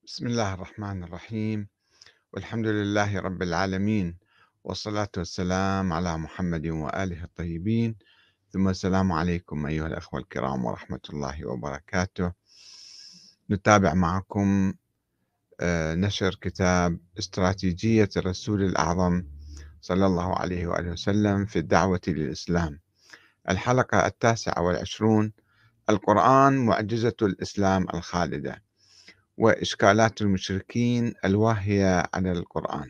بسم الله الرحمن الرحيم، والحمد لله رب العالمين، والصلاة والسلام على محمد وآله الطيبين، ثم السلام عليكم أيها الأخوة الكرام ورحمة الله وبركاته. نتابع معكم نشر كتاب استراتيجية الرسول الأعظم صلى الله عليه وآله وسلم في الدعوة للإسلام، الحلقة 29: القرآن معجزة الإسلام الخالدة، وإشكالات المشركين الواهية على القرآن.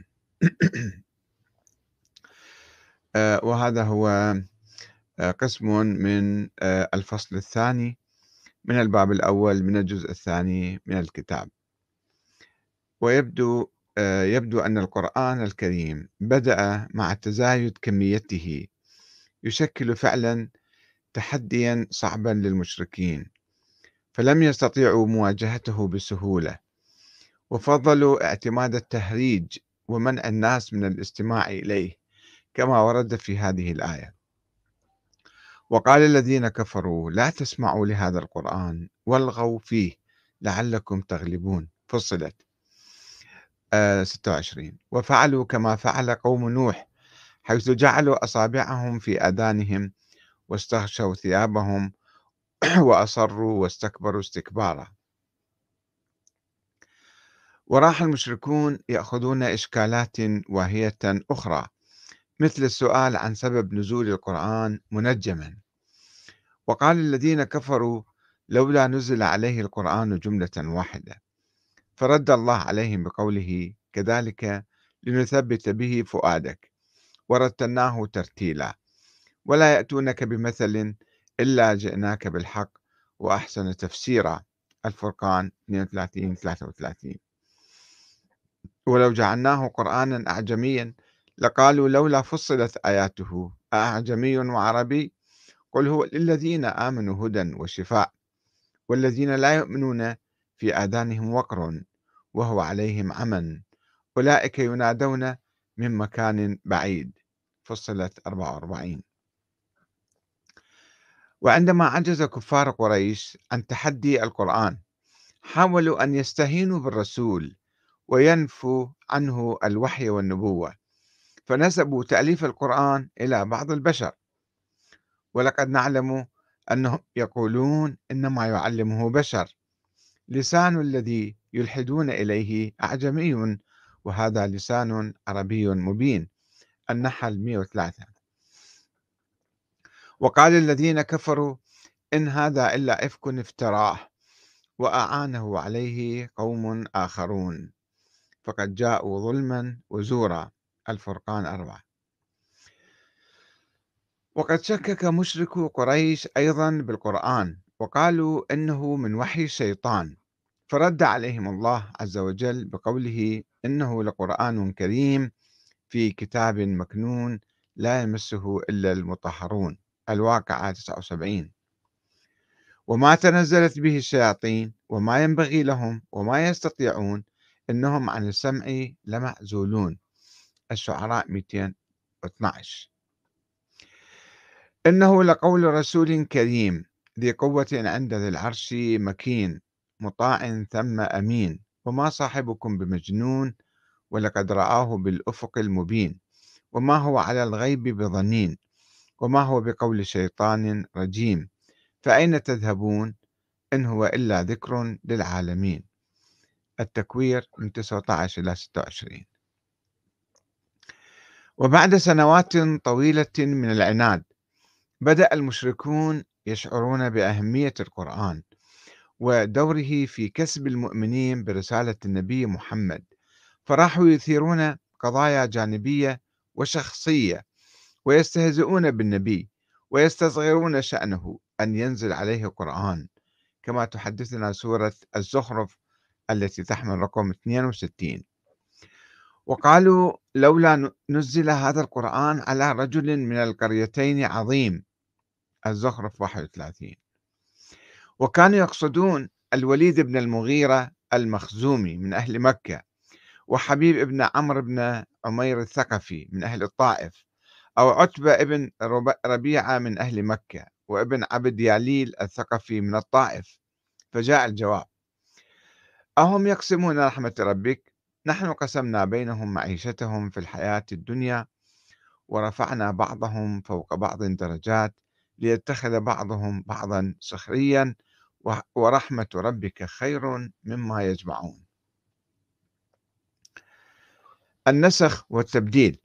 وهذا هو قسم من الفصل الثاني من الباب الأول من الجزء الثاني من الكتاب. ويبدو يبدو أن القرآن الكريم بدأ مع تزايد كميته يشكل فعلا تحديا صعبا للمشركين، فلم يستطيعوا مواجهته بسهولة، وفضلوا اعتماد التهريج ومنع الناس من الاستماع إليه كما ورد في هذه الآية. وقال الذين كفروا لا تسمعوا لهذا القرآن والغوا فيه لعلكم تغلبون. فصلت 26. وفعلوا كما فعل قوم نوح، حيث جعلوا أصابعهم في آذانهم واستغشوا ثيابهم وأصروا واستكبروا استكبارا. وراح المشركون يأخذون إشكالات واهية أخرى، مثل السؤال عن سبب نزول القرآن منجما. وقال الذين كفروا لولا نزل عليه القرآن جملة واحدة، فرد الله عليهم بقوله كذلك لنثبت به فؤادك ورتلناه ترتيلا ولا يأتونك بمثل إلا جئناك بالحق وأحسن تفسيرا. الفرقان 32-33. ولو جعلناه قرآنا أعجميا لقالوا لولا فصلت آياته أعجمي وعربي قل هو للذين آمنوا هدى وشفاء والذين لا يؤمنون في آذانهم وقر وهو عليهم عمى أولئك ينادون من مكان بعيد. فصلت 44. وعندما عجز كفار قريش عن تحدي القرآن، حاولوا أن يستهينوا بالرسول وينفوا عنه الوحي والنبوة، فنسبوا تأليف القرآن إلى بعض البشر، ولقد نعلم أنهم يقولون إنما يعلمه بشر، لسان الذي يلحدون إليه أعجمي وهذا لسان عربي مبين. النحل 103. وقال الذين كفروا إن هذا إلا إفك افتراه وأعانه عليه قوم آخرون فقد جاءوا ظلما وزورا. الفرقان 4. وقد شكك مشركو قريش أيضا بالقرآن وقالوا إنه من وحي الشيطان، فرد عليهم الله عز وجل بقوله إنه لقرآن كريم في كتاب مكنون لا يمسه إلا المطهرون. الواقعة 79. وما تنزلت به الشياطين وما ينبغي لهم وما يستطيعون إنهم عن السمع لمعزولون. الشعراء 212. إنه لقول رسول كريم ذي قوة عند ذي العرش مكين مطاع ثم أمين وما صاحبكم بمجنون ولقد رآه بالأفق المبين وما هو على الغيب بظنين وما هو بقول شيطان رجيم فأين تذهبون إن هو إلا ذكر للعالمين. التكوير 19 إلى 26. وبعد سنوات طويلة من العناد بدأ المشركون يشعرون بأهمية القرآن ودوره في كسب المؤمنين برسالة النبي محمد، فراحوا يثيرون قضايا جانبية وشخصية ويستهزئون بالنبي ويستصغرون شأنه أن ينزل عليه قرآن، كما تحدثنا سورة الزخرف التي تحمل رقم 62. وقالوا لولا نزل هذا القرآن على رجل من القريتين عظيم. الزخرف 31. وكانوا يقصدون الوليد بن المغيرة المخزومي من أهل مكة، وحبيب بن عمرو بن عمير الثقفي من أهل الطائف، أو عتبة بن ربيعة من أهل مكة، وابن عبد ياليل الثقفي من الطائف. فجاء الجواب أهم يقسمون رحمة ربك؟ نحن قسمنا بينهم معيشتهم في الحياة الدنيا ورفعنا بعضهم فوق بعض درجات ليتخذ بعضهم بعضا سخريا ورحمة ربك خير مما يجمعون. النسخ والتبديل.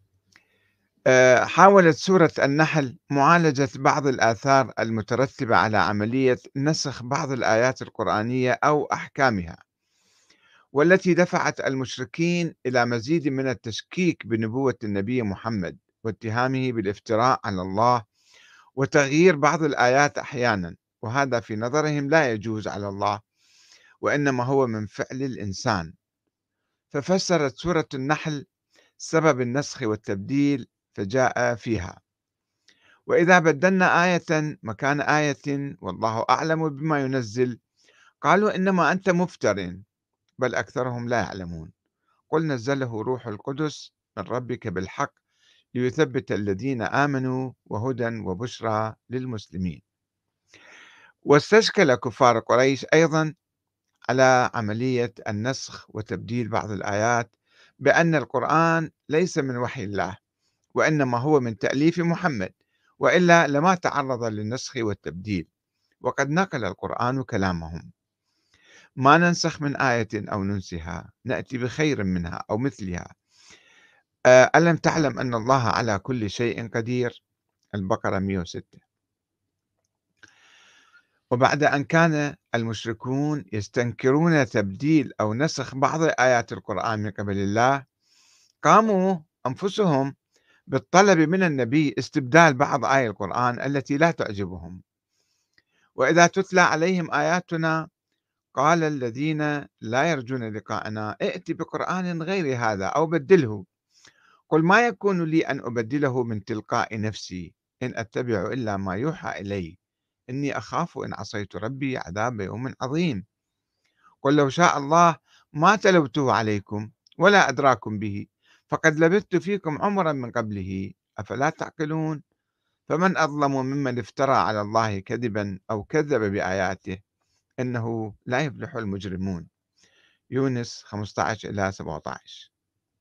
حاولت سورة النحل معالجة بعض الآثار المترتبة على عملية نسخ بعض الآيات القرآنية أو أحكامها، والتي دفعت المشركين إلى مزيد من التشكيك بنبوة النبي محمد واتهامه بالافتراء على الله وتغيير بعض الآيات أحيانا، وهذا في نظرهم لا يجوز على الله وإنما هو من فعل الإنسان. ففسرت سورة النحل سبب النسخ والتبديل فجاء فيها: وإذا بدلنا آية مكان آية والله أعلم بما ينزل قالوا إنما أنت مفتر بل أكثرهم لا يعلمون. قل نزله روح القدس من ربك بالحق ليثبت الذين آمنوا وهدى وبشرى للمسلمين. واستشكل كفار قريش أيضا على عملية النسخ وتبديل بعض الآيات بأن القرآن ليس من وحي الله وإنما هو من تأليف محمد، وإلا لما تعرض للنسخ والتبديل، وقد نقل القرآن كلامهم: ما ننسخ من آية أو ننسها نأتي بخير منها أو مثلها، ألم تعلم أن الله على كل شيء قدير. البقرة 106. وبعد أن كان المشركون يستنكرون تبديل أو نسخ بعض آيات القرآن من قبل الله، قاموا أنفسهم بالطلب من النبي استبدال بعض آيات القرآن التي لا تعجبهم. وإذا تتلى عليهم آياتنا قال الذين لا يرجون لقاءنا ائت بقرآن غير هذا أو بدله. قل ما يكون لي أن أبدله من تلقاء نفسي إن أتبع إلا ما يوحى إلي إني أخاف إن عصيت ربي عذاب يوم عظيم. قل لو شاء الله ما تلوته عليكم ولا أدراكم به فقد لبثت فيكم عمرا من قبله أفلا تعقلون. فمن أظلم ممن افترى على الله كذبا أو كذب بآياته إنه لا يفلح المجرمون. يونس 15 إلى 17.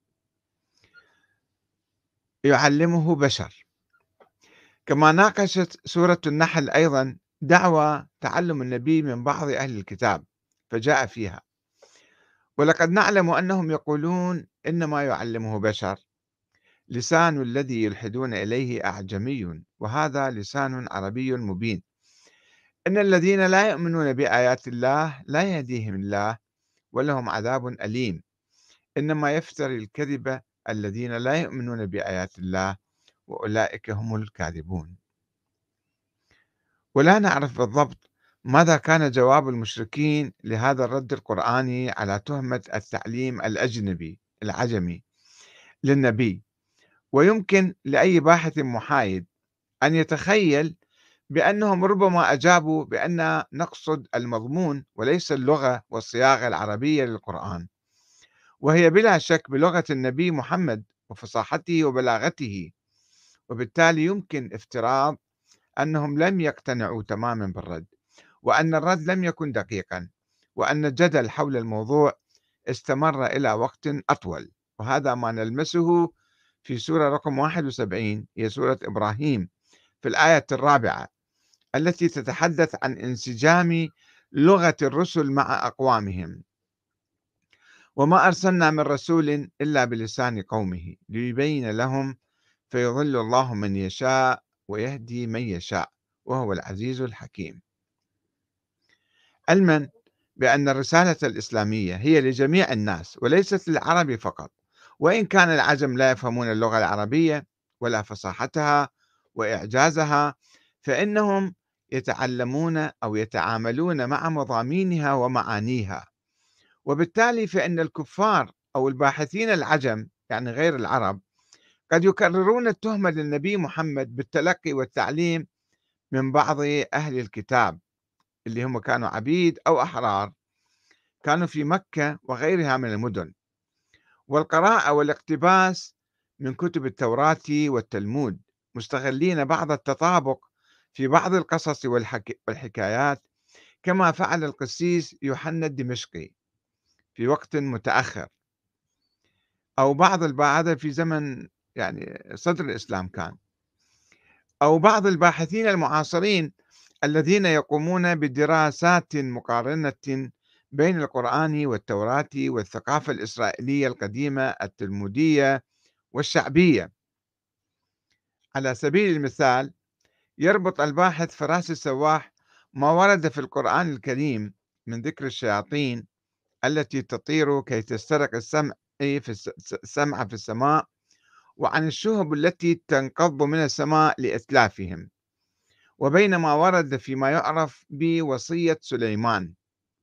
يعلمه بشر. كما ناقشت سورة النحل أيضا دعوى تعلم النبي من بعض أهل الكتاب فجاء فيها: ولقد نعلم أنهم يقولون إنما يعلمه بشر لسان الذي يلحدون إليه أعجمي وهذا لسان عربي مبين إن الذين لا يؤمنون بآيات الله لا يهديهم الله ولهم عذاب أليم إنما يفتري الكذب الذين لا يؤمنون بآيات الله وأولئك هم الكاذبون. ولا نعرف بالضبط ماذا كان جواب المشركين لهذا الرد القرآني على تهمة التعليم الأجنبي العجمي للنبي، ويمكن لأي باحث محايد أن يتخيل بأنهم ربما أجابوا بأن نقصد المضمون وليس اللغة والصياغة العربية للقرآن، وهي بلا شك بلغة النبي محمد وفصاحته وبلاغته، وبالتالي يمكن افتراض أنهم لم يقتنعوا تماما بالرد، وأن الرد لم يكن دقيقا، وأن الجدل حول الموضوع استمر إلى وقت أطول. وهذا ما نلمسه في سورة رقم 71 هي سورة إبراهيم في الآية 4 التي تتحدث عن انسجام لغة الرسل مع أقوامهم: وما أرسلنا من رسول إلا بلسان قومه ليبين لهم فيضل الله من يشاء ويهدي من يشاء وهو العزيز الحكيم. علما بأن الرسالة الإسلامية هي لجميع الناس وليست للعرب فقط، وإن كان العجم لا يفهمون اللغة العربية ولا فصاحتها وإعجازها فإنهم يتعلمون أو يتعاملون مع مضامينها ومعانيها، وبالتالي فإن الكفار أو الباحثين العجم يعني غير العرب قد يكررون التهمة للنبي محمد بالتلقي والتعليم من بعض أهل الكتاب اللي هم كانوا عبيد أو أحرار كانوا في مكة وغيرها من المدن، والقراءة والاقتباس من كتب التوراة والتلمود، مستغلين بعض التطابق في بعض القصص والحكايات كما فعل القسيس يوحنا الدمشقي في وقت متأخر، أو هذا في زمن يعني صدر الإسلام كان، أو بعض الباحثين المعاصرين الذين يقومون بدراسات مقارنة بين القرآن والتوراة والثقافة الإسرائيلية القديمة التلمودية والشعبية. على سبيل المثال، يربط الباحث فراس السواح ما ورد في القرآن الكريم من ذكر الشياطين التي تطير كي تسترق السمع في السماء، وعن الشهب التي تنقض من السماء لإتلافهم، وبين ما ورد فيما يعرف بوصية سليمان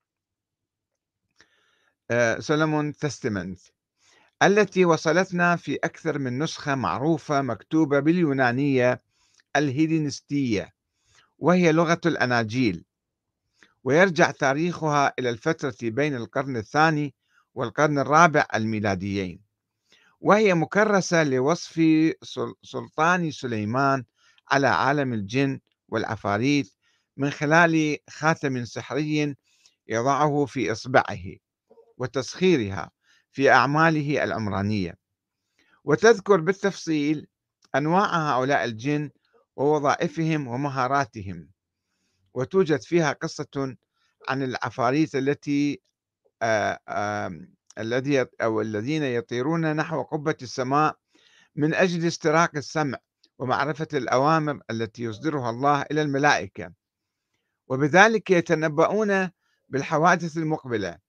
سولومون تستمنت، التي وصلتنا في أكثر من نسخة معروفة مكتوبة باليونانية الهيلينستية، وهي لغة الأناجيل، ويرجع تاريخها إلى الفترة بين القرن الثاني والقرن الرابع الميلاديين، وهي مكرسة لوصف سلطان سليمان على عالم الجن والعفاريت من خلال خاتم سحري يضعه في إصبعه وتسخيرها في أعماله العمرانية، وتذكر بالتفصيل أنواع هؤلاء الجن ووظائفهم ومهاراتهم. وتوجد فيها قصة عن العفاريت التي الذين يطيرون نحو قبة السماء من أجل استراق السمع ومعرفة الأوامر التي يصدرها الله إلى الملائكة، وبذلك يتنبؤون بالحوادث المقبلة.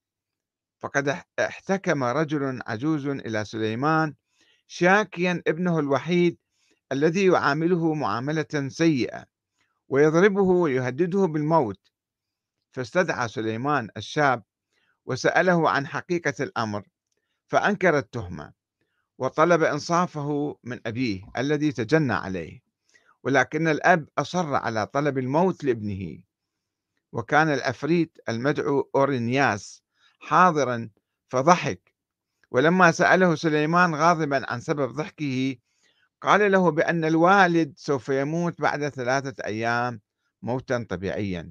فقد احتكم رجل عجوز إلى سليمان شاكيا ابنه الوحيد الذي يعامله معاملة سيئة ويضربه ويهدده بالموت، فاستدعى سليمان الشاب وسأله عن حقيقة الأمر، فأنكر التهمة وطلب إنصافه من أبيه الذي تجنى عليه، ولكن الأب أصر على طلب الموت لابنه. وكان العفريت المدعو أورينياس حاضرا فضحك، ولما سأله سليمان غاضبا عن سبب ضحكه قال له بأن الوالد سوف يموت بعد 3 أيام موتا طبيعيا.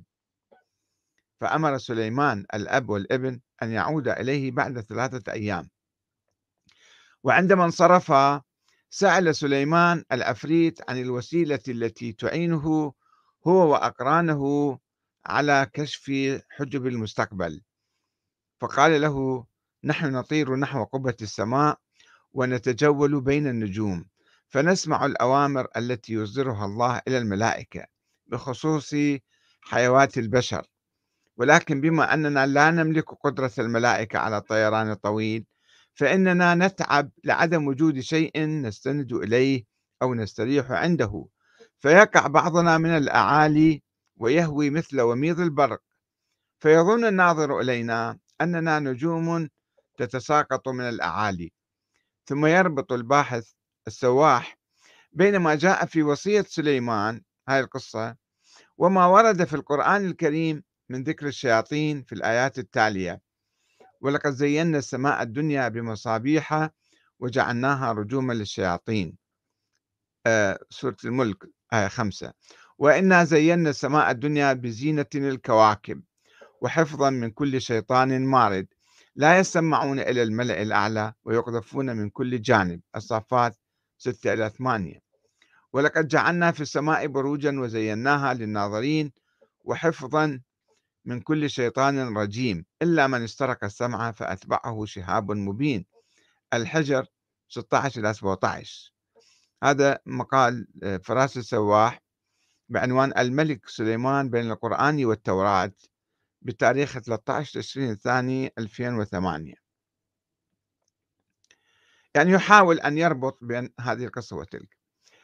فأمر سليمان الأب والابن أن يعود إليه بعد 3 أيام، وعندما انصرفا سأل سليمان العفريت عن الوسيلة التي تعينه هو وأقرانه على كشف حجب المستقبل، فقال له: نحن نطير نحو قبة السماء ونتجول بين النجوم، فنسمع الأوامر التي يصدرها الله إلى الملائكة بخصوص حيوات البشر، ولكن بما أننا لا نملك قدرة الملائكة على الطيران الطويل، فإننا نتعب لعدم وجود شيء نستند إليه أو نستريح عنده، فيقع بعضنا من الأعالي ويهوي مثل وميض البرق، فيظن الناظر إلينا أننا نجوم تتساقط من الأعالي. ثم يربط الباحث السواح بين ما جاء في وصية سليمان هاي القصة وما ورد في القرآن الكريم من ذكر الشياطين في الآيات التالية: ولقد زينا السماء الدنيا بمصابيح وجعلناها رجوما للشياطين، سورة الملك آية 5. وإنا زينا السماء الدنيا بزينة الكواكب وحفظا من كل شيطان مارد لا يسمعون إلى الملأ الأعلى ويقذفون من كل جانب، الصافات 6-8. ولقد جعلنا في السماء بروجا وزيناها للناظرين وحفظا من كل شيطان رجيم إلا من استرق السمع فأتبعه شهاب مبين، الحجر 16-17. هذا مقال فراس السواح بعنوان الملك سليمان بين القرآن والتوراة بتاريخ 13/20/2008. يعني يحاول أن يربط بين هذه القصة وتلك.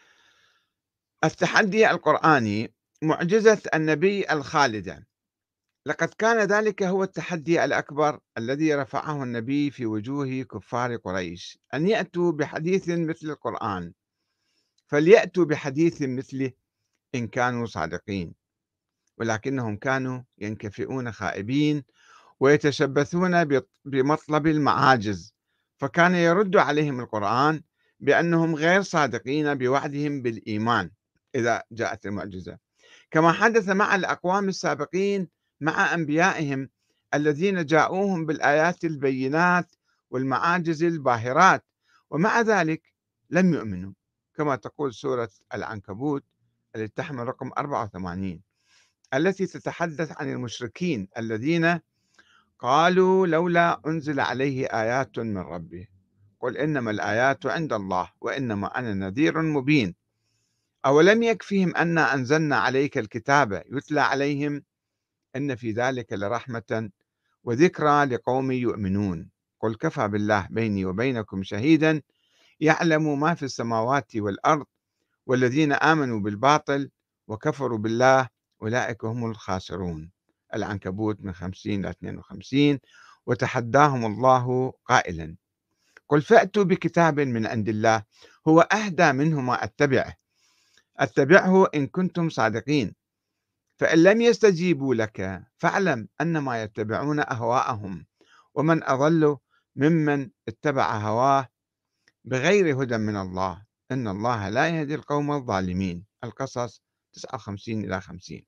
التحدي القرآني معجزة النبي الخالدة. لقد كان ذلك هو التحدي الأكبر الذي رفعه النبي في وجوه كفار قريش، أن يأتوا بحديث مثل القرآن، فليأتوا بحديث مثله إن كانوا صادقين، ولكنهم كانوا ينكفئون خائبين ويتشبثون بمطلب المعاجز، فكان يرد عليهم القرآن بأنهم غير صادقين بوعدهم بالإيمان إذا جاءت المعجزة، كما حدث مع الأقوام السابقين مع أنبيائهم الذين جاءوهم بالآيات البينات والمعاجز الباهرات، ومع ذلك لم يؤمنوا، كما تقول سورة العنكبوت التي تحمل رقم 84 التي تتحدث عن المشركين الذين قالوا لولا أنزل عليه آيات من ربه قل إنما الآيات عند الله وإنما أنا نذير مبين أولم يكفهم أنا أنزلنا عليك الكتاب يتلى عليهم إن في ذلك لرحمة وذكرى لقوم يؤمنون قل كفى بالله بيني وبينكم شهيدا يعلم ما في السماوات والأرض والذين آمنوا بالباطل وكفروا بالله أولئك هم الخاسرون. العنكبوت من 50 إلى 52. وتحداهم الله قائلا قل فأتوا بكتاب من عند الله هو أهدى منه ما أتبعه إن كنتم صادقين فإن لم يستجيبوا لك فاعلم أنما يتبعون أهواءهم ومن أضل ممن اتبع هواه بغير هدى من الله إن الله لا يهدي القوم الظالمين. القصص 59 إلى 50.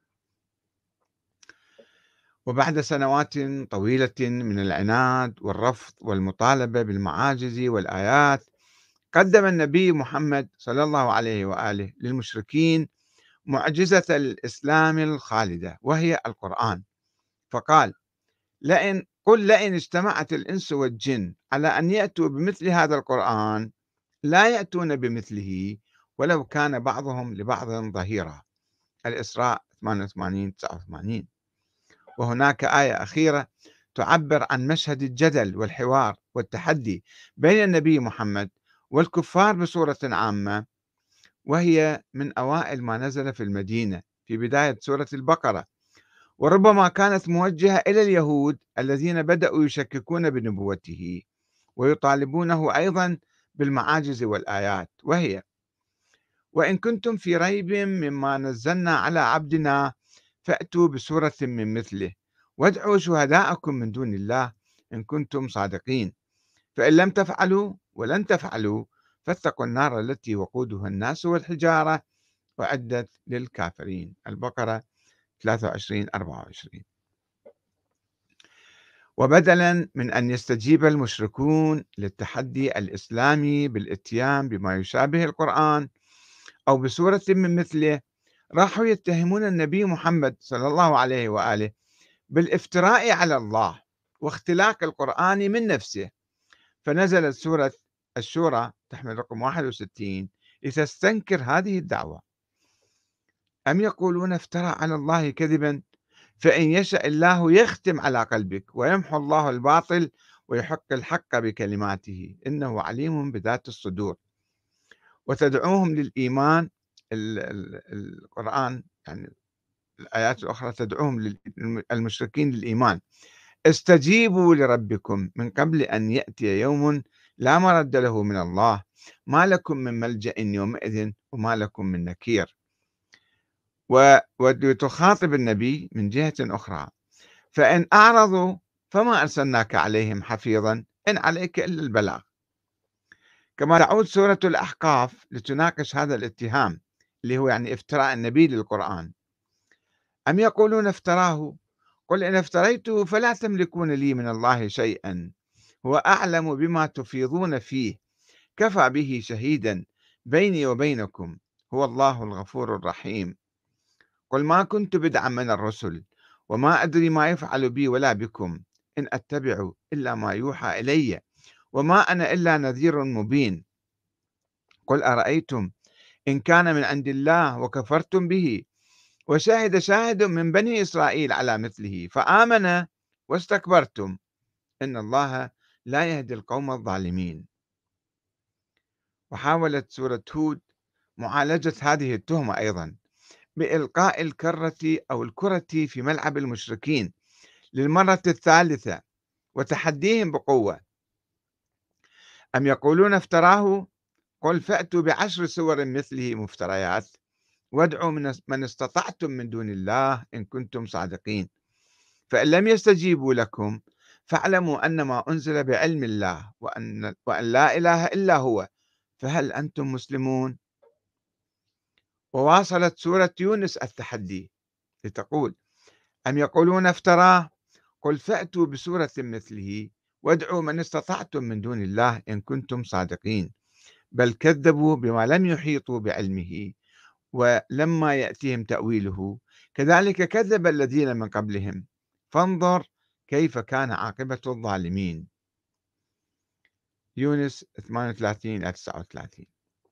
وبعد سنوات طويلة من العناد والرفض والمطالبة بالمعاجز والآيات قدم النبي محمد صلى الله عليه وآله للمشركين معجزة الإسلام الخالدة وهي القرآن، فقال لئن اجتمعت الإنس والجن على أن يأتوا بمثل هذا القرآن لا يأتون بمثله ولو كان بعضهم لبعض ظهيرا. الإسراء 88 89. وهناك آية أخيرة تعبر عن مشهد الجدل والحوار والتحدي بين النبي محمد والكفار بصورة عامة، وهي من أوائل ما نزل في المدينة في بداية سورة البقرة، وربما كانت موجهة إلى اليهود الذين بدأوا يشككون بنبوته ويطالبونه أيضا بالمعاجز والآيات، وهي وإن كنتم في ريب مما نزلنا على عبدنا فأتوا بسورة من مثله وادعوا شهداءكم من دون الله إن كنتم صادقين فإن لم تفعلوا ولن تفعلوا فاتقوا النار التي وقودها الناس والحجارة أعدت للكافرين. البقرة 23-24. وبدلا من أن يستجيب المشركون للتحدي الإسلامي بالإتيان بما يشابه القرآن أو بسورة من مثله راحوا يتهمون النبي محمد صلى الله عليه وآله بالافتراء على الله واختلاق القرآن من نفسه، فنزلت سورة الشورى تحمل رقم 61 لتستنكر هذه الدعوة. أم يقولون افترى على الله كذبا فإن يشاء الله يختم على قلبك ويمحو الله الباطل ويحق الحق بكلماته إنه عليم بذات الصدور. وتدعوهم للإيمان القرآن يعني الآيات الأخرى تدعوهم المشركين للإيمان استجيبوا لربكم من قبل أن يأتي يوم لا مرد له من الله ما لكم من ملجأ يومئذ وما لكم من نكير. وتخاطب النبي من جهة أخرى فإن أعرضوا فما أرسلناك عليهم حفيظا إن عليك إلا البلاغ. كما تعود سورة الأحقاف لتناقش هذا الاتهام اللي هو يعني افتراء النبي للقرآن. أم يقولون افتراه قل إن افتريته فلا تملكون لي من الله شيئا هو أعلم بما تفيضون فيه كفى به شهيدا بيني وبينكم هو الله الغفور الرحيم. قل ما كنت بدعا من الرسل وما أدري ما يفعل بي ولا بكم إن أتبع إلا ما يوحى إلي وما أنا إلا نذير مبين. قل أرأيتم إن كان من عند الله وكفرتم به وشاهد شاهد من بني إسرائيل على مثله فآمن واستكبرتم إن الله لا يهدي القوم الظالمين. وحاولت سورة هود معالجة هذه التهمة أيضا بإلقاء الكرة في ملعب المشركين للمرة الثالثة وتحديهم بقوة. أم يقولون افتراه قل فأتوا ب10 سور مثله مفتريات وادعوا من استطعتم من دون الله إن كنتم صادقين فإن لم يستجيبوا لكم فاعلموا أنما أنزل بعلم الله وأن لا إله إلا هو فهل أنتم مسلمون. وواصلت سورة يونس التحدي لتقول أم يقولون افتراه قل فأتوا بسورة مثله وادعوا من استطعتم من دون الله إن كنتم صادقين بل كذبوا بما لم يحيطوا بعلمه ولما يأتيهم تأويله كذلك كذب الذين من قبلهم فانظر كيف كان عاقبة الظالمين. يونس 38 إلى 39.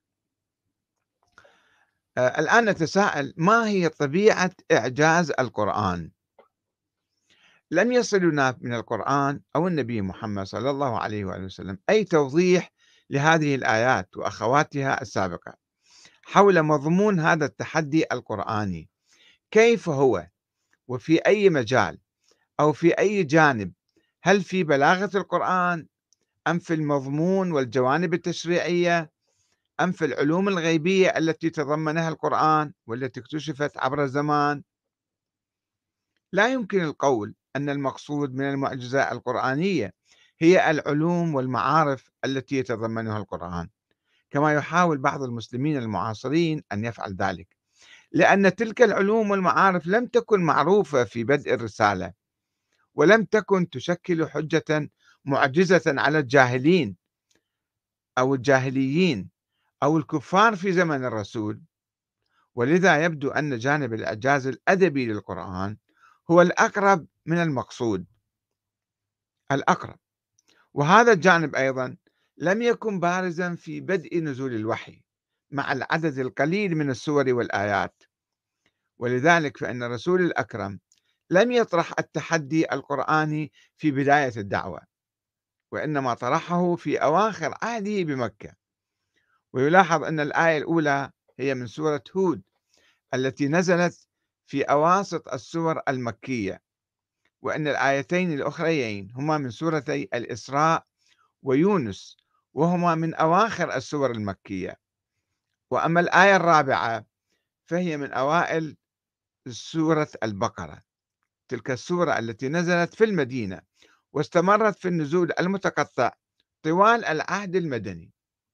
الآن نتساءل ما هي طبيعة إعجاز القرآن؟ لم يصلنا من القرآن أو النبي محمد صلى الله عليه وآله وسلم أي توضيح لهذه الآيات وأخواتها السابقة حول مضمون هذا التحدي القرآني، كيف هو وفي أي مجال أو في أي جانب، هل في بلاغة القرآن أم في المضمون والجوانب التشريعية أم في العلوم الغيبية التي تضمنها القرآن والتي اكتشفت عبر الزمان؟ لا يمكن القول أن المقصود من المعجزة القرآنية هي العلوم والمعارف التي يتضمنها القرآن، كما يحاول بعض المسلمين المعاصرين أن يفعل ذلك، لأن تلك العلوم والمعارف لم تكن معروفة في بدء الرسالة، ولم تكن تشكل حجة معجزة على الجاهلين أو الجاهليين أو الكفار في زمن الرسول. ولذا يبدو أن جانب الإعجاز الأدبي للقرآن هو الأقرب من المقصود، الأقرب، وهذا الجانب أيضا لم يكن بارزا في بدء نزول الوحي مع العدد القليل من السور والآيات. ولذلك فإن الرسول الأكرم لم يطرح التحدي القرآني في بداية الدعوة، وإنما طرحه في أواخر عهده بمكة. ويلاحظ أن الآية الأولى هي من سورة هود التي نزلت في أواسط السور المكية، وأن الآيتين الأخريين هما من سورتي الإسراء ويونس وهما من أواخر السور المكية. وأما الآية الرابعة فهي من أوائل سورة البقرة، تلك السورة التي نزلت في المدينة واستمرت في النزول المتقطع طوال العهد المدني.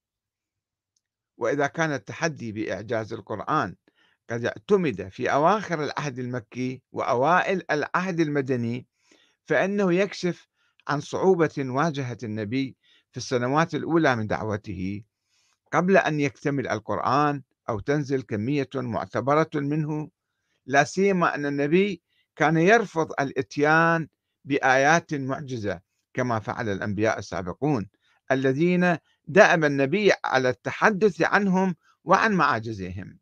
وإذا كان التحدي بإعجاز القرآن قد اعتمد في أواخر العهد المكي وأوائل العهد المدني، فإنه يكشف عن صعوبة واجهت النبي في السنوات الأولى من دعوته قبل أن يكتمل القرآن أو تنزل كمية معتبرة منه، لا سيما أن النبي كان يرفض الإتيان بآيات معجزة كما فعل الأنبياء السابقون الذين دأب النبي على التحدث عنهم وعن معاجزهم.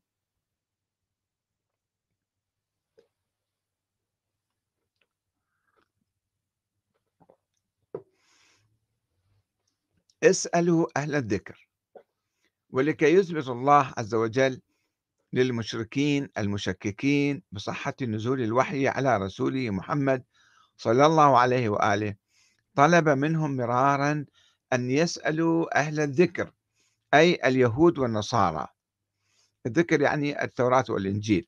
اسألوا أهل الذكر. ولكي يثبت الله عز وجل للمشركين المشككين بصحة نزول الوحي على رسوله محمد صلى الله عليه وآله طلب منهم مرارا أن يسألوا أهل الذكر، أي اليهود والنصارى، الذكر يعني التوراة والإنجيل،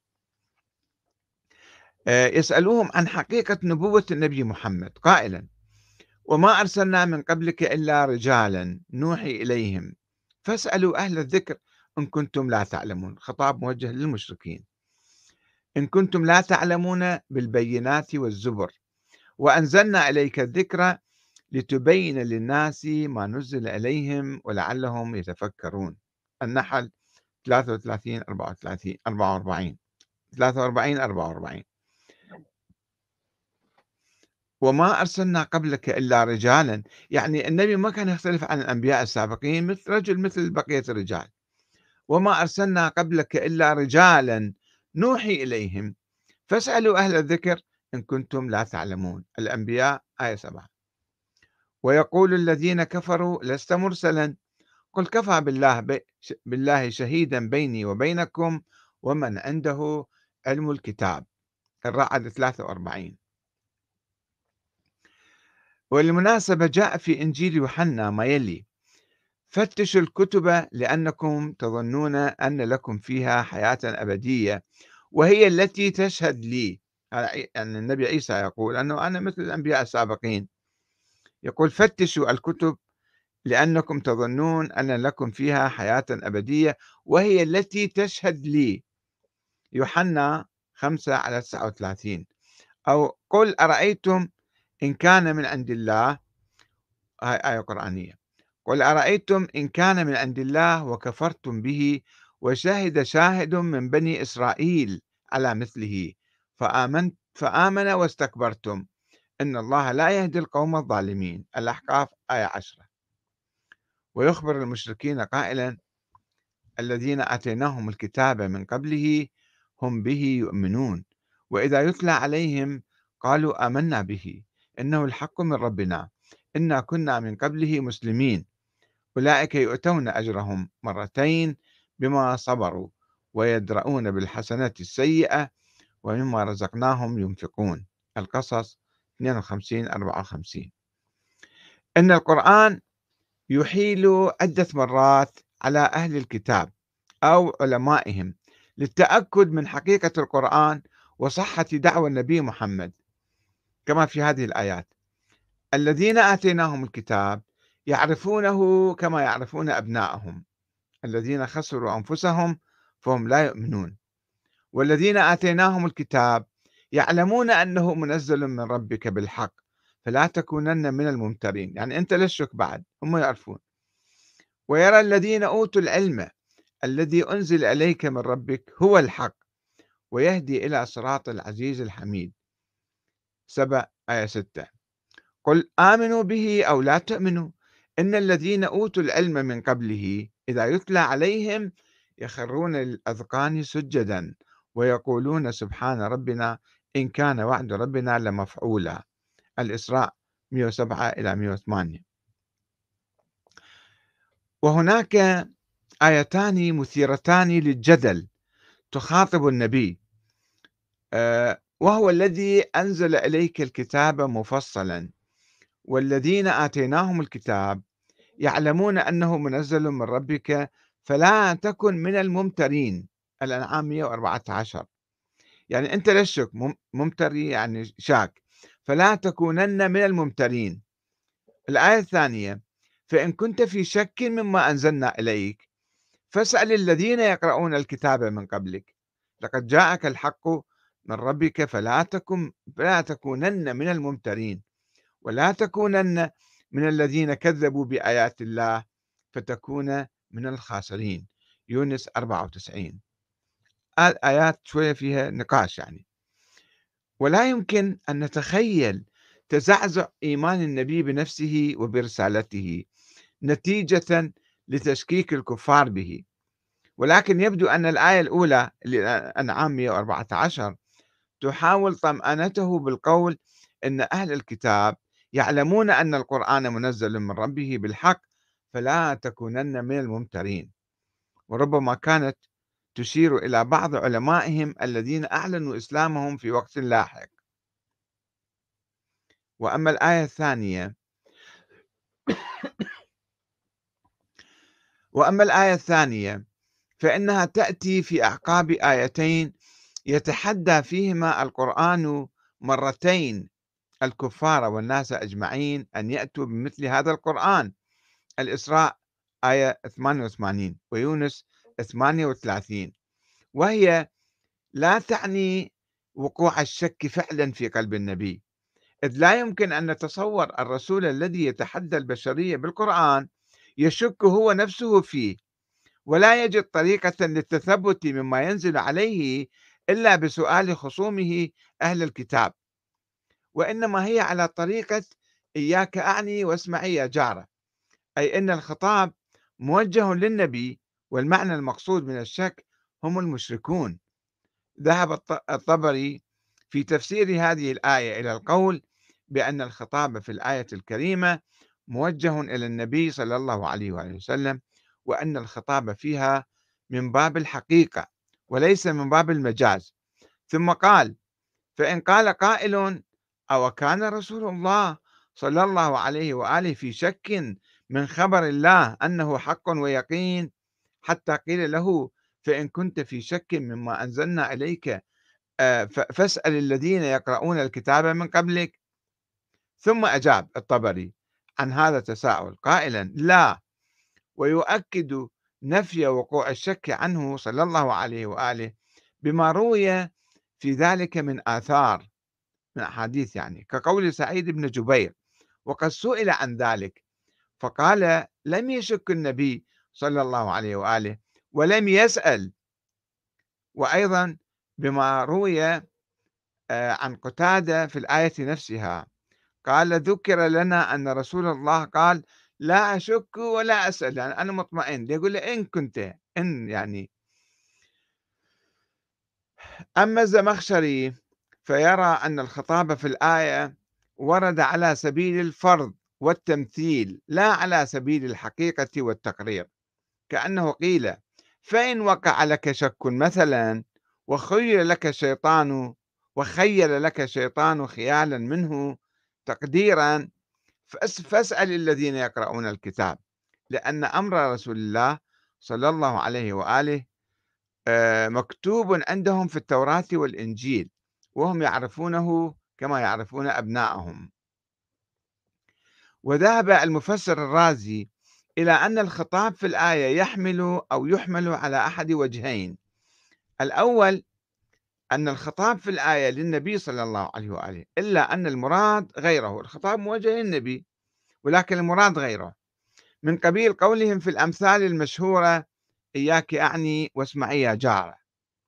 يسألوهم عن حقيقة نبوة النبي محمد قائلا: وما أرسلنا من قبلك إلا رجالا نوحي إليهم فاسألوا أهل الذكر إن كنتم لا تعلمون. خطاب موجه للمشركين: إن كنتم لا تعلمون بالبينات والزبر وأنزلنا إليك الذكر لتبين للناس ما نزل إليهم ولعلهم يتفكرون. النحل 33 34 44 43 44. وما أرسلنا قبلك إلا رجالا، يعني النبي ما كان يختلف عن الأنبياء السابقين، مثل رجل مثل بقية الرجال. وما أرسلنا قبلك إلا رجالا نوحي إليهم فاسألوا أهل الذكر إن كنتم لا تعلمون. الأنبياء آية 7. ويقول الذين كفروا لست مرسلا قل كفى بالله شهيدا بيني وبينكم ومن عنده علم الكتاب. الرعد 43. وللمناسبة جاء في إنجيل يوحنا ما يلي: فتشوا الكتب لأنكم تظنون أن لكم فيها حياة أبدية وهي التي تشهد لي. أن النبي عيسى يقول أنه أنا مثل الأنبياء السابقين، يقول فتشوا الكتب لأنكم تظنون أن لكم فيها حياة أبدية وهي التي تشهد لي. يوحنا 5 على 39. أو قل أرأيتم إن كان من عند الله، هاي آية قرآنية. قل أرأيتم إن كان من عند الله وكفرتم به وشهد شاهد من بني إسرائيل على مثله فآمن واستكبرتم إن الله لا يهدي القوم الظالمين. الأحقاف آية 10. ويخبر المشركين قائلا: الذين آتيناهم الكتاب من قبله هم به يؤمنون وإذا يتلى عليهم قالوا آمنا به إنه الحق من ربنا إنا كنا من قبله مسلمين أولئك يؤتون أجرهم مرتين بما صبروا ويدرؤون بالحسنة السيئة ومما رزقناهم ينفقون. القصص 52-54. إن القرآن يحيل عدة مرات على أهل الكتاب أو علمائهم للتأكد من حقيقة القرآن وصحة دعوى النبي محمد، كما في هذه الآيات: الذين آتيناهم الكتاب يعرفونه كما يعرفون أبناءهم الذين خسروا أنفسهم فهم لا يؤمنون، والذين آتيناهم الكتاب يعلمون أنه منزل من ربك بالحق فلا تكونن من الممترين. يعني أنت لا تشك بعد، هم يعرفون. ويرى الذين أوتوا العلم الذي أنزل إليك من ربك هو الحق ويهدي إلى صراط العزيز الحميد. 7 آية 6. قل آمنوا به أو لا تؤمنوا إن الذين أوتوا العلم من قبله إذا يتلى عليهم يخرون للأذقان سجدا ويقولون سبحان ربنا إن كان وعد ربنا لمفعولا. الإسراء 107 إلى 108. وهناك آيتان مثيرتان للجدل تخاطب النبي، وهو الذي أنزل إليك الكتاب مفصلا والذين آتيناهم الكتاب يعلمون أنه منزل من ربك فلا تكن من الممترين. الأنعام 114. يعني أنت لا تشك، ممتري يعني شاك، فلا تكونن من الممترين. الآية الثانية: فإن كنت في شك مما أنزلنا إليك فاسأل الذين يقرؤون الكتاب من قبلك لقد جاءك الحق من ربك فلا تكونن من الممترين ولا تكونن من الذين كذبوا بآيات الله فتكون من الخاسرين. يونس 94. آيات شوية فيها نقاش يعني. ولا يمكن أن نتخيل تزعزع إيمان النبي بنفسه وبرسالته نتيجة لتشكيك الكفار به، ولكن يبدو أن الآية الأولى للأنعام 114 تحاول طمأنته بالقول إن أهل الكتاب يعلمون أن القرآن منزل من ربه بالحق فلا تكونن من الممترين، وربما كانت تشير إلى بعض علمائهم الذين أعلنوا إسلامهم في وقت لاحق. وأما الآية الثانية فإنها تأتي في أعقاب آيتين يتحدى فيهما القرآن مرتين الكفار والناس أجمعين أن يأتوا بمثل هذا القرآن. الإسراء آية 88 ويونس 38. وهي لا تعني وقوع الشك فعلا في قلب النبي، إذ لا يمكن أن نتصور الرسول الذي يتحدى البشرية بالقرآن يشك هو نفسه فيه ولا يجد طريقة للتثبت مما ينزل عليه إلا بسؤال خصومه أهل الكتاب، وإنما هي على طريقة إياك أعني واسمعي يا جارة، أي أن الخطاب موجه للنبي والمعنى المقصود من الشك هم المشركون. ذهب الطبري في تفسير هذه الآية إلى القول بأن الخطاب في الآية الكريمة موجه إلى النبي صلى الله عليه وآله وسلم، وأن الخطاب فيها من باب الحقيقة وليس من باب المجاز. ثم قال: فإن قال قائل: أو كان رسول الله صلى الله عليه وآله في شك من خبر الله أنه حق ويقين حتى قيل له: فإن كنت في شك مما أنزلنا إليك فاسأل الذين يقرؤون الكتاب من قبلك. ثم أجاب الطبري عن هذا التساؤل قائلا: لا، ويؤكد نفي وقوع الشك عنه صلى الله عليه وآله بما روي في ذلك من آثار من أحاديث يعني، كقول سعيد بن جبير، وقد سئل عن ذلك فقال: لم يشك النبي صلى الله عليه وآله ولم يسأل. وأيضا بما روي عن قتادة في الآية نفسها، قال: ذكر لنا أن رسول الله قال: لا أشك ولا أسأل، يعني أنا مطمئن. يقول له إن كنت، إن يعني. أما الزمخشري فيرى أن الخطاب في الآية ورد على سبيل الفرض والتمثيل لا على سبيل الحقيقة والتقرير، كأنه قيل: فإن وقع لك شك مثلا وخيل لك شيطان خيالا منه تقديرا، فاسأل الذين يقرؤون الكتاب، لأن أمر رسول الله صلى الله عليه وآله مكتوب عندهم في التوراة والإنجيل، وهم يعرفونه كما يعرفون أبناءهم. وذهب المفسر الرازي إلى أن الخطاب في الآية يحمل على أحد وجهين: الأول أن الخطاب في الآية للنبي صلى الله عليه وآله، إلا أن المراد غيره. الخطاب موجه للنبي ولكن المراد غيره، من قبيل قولهم في الأمثال المشهورة: إياك أعني واسمعي يا جارة.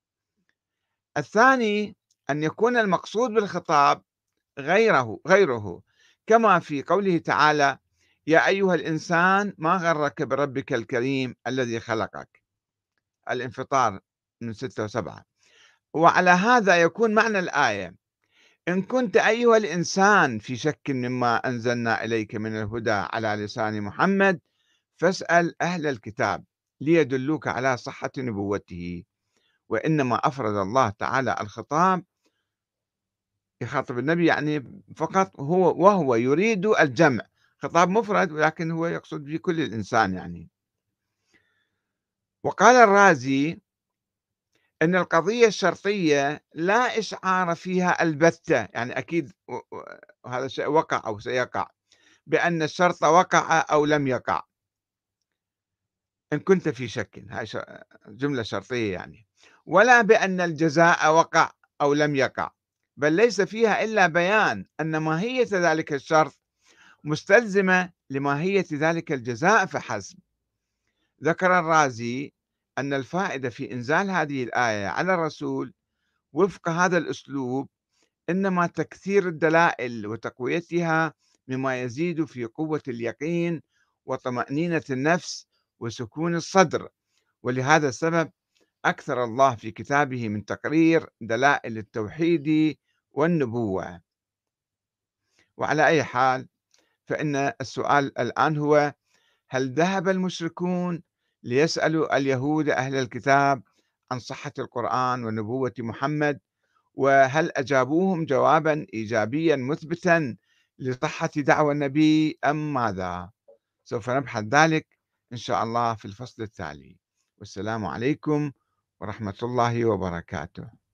الثاني أن يكون المقصود بالخطاب غيره، كما في قوله تعالى: يا أيها الإنسان ما غرك بربك الكريم الذي خلقك، الانفطار من 6 و7. وعلى هذا يكون معنى الآية: إن كنت أيها الإنسان في شك مما أنزلنا إليك من الهدى على لسان محمد فاسأل أهل الكتاب ليدلوك على صحة نبوته. وإنما أفرد الله تعالى الخطاب، يخاطب النبي يعني فقط وهو يريد الجمع، خطاب مفرد ولكن هو يقصد به كل الإنسان يعني. وقال الرازي أن القضية الشرطية لا إشعار فيها البتة، يعني أكيد هذا الشيء وقع أو سيقع، بأن الشرط وقع أو لم يقع. إن كنت في شك، هاي جملة شرطية يعني. ولا بأن الجزاء وقع أو لم يقع، بل ليس فيها إلا بيان أن ماهية ذلك الشرط مستلزمة لماهية ذلك الجزاء فحسب. ذكر الرازي أن الفائدة في إنزال هذه الآية على الرسول وفق هذا الأسلوب إنما تكثير الدلائل وتقويتها، مما يزيد في قوة اليقين وطمأنينة النفس وسكون الصدر. ولهذا السبب أكثر الله في كتابه من تقرير دلائل التوحيد والنبوة. وعلى أي حال، فإن السؤال الآن هو: هل ذهب المشركون ليسألوا اليهود أهل الكتاب عن صحة القرآن ونبوة محمد؟ وهل أجابوهم جوابا إيجابيا مثبتا لصحة دعوى النبي أم ماذا؟ سوف نبحث ذلك إن شاء الله في الفصل التالي. والسلام عليكم ورحمة الله وبركاته.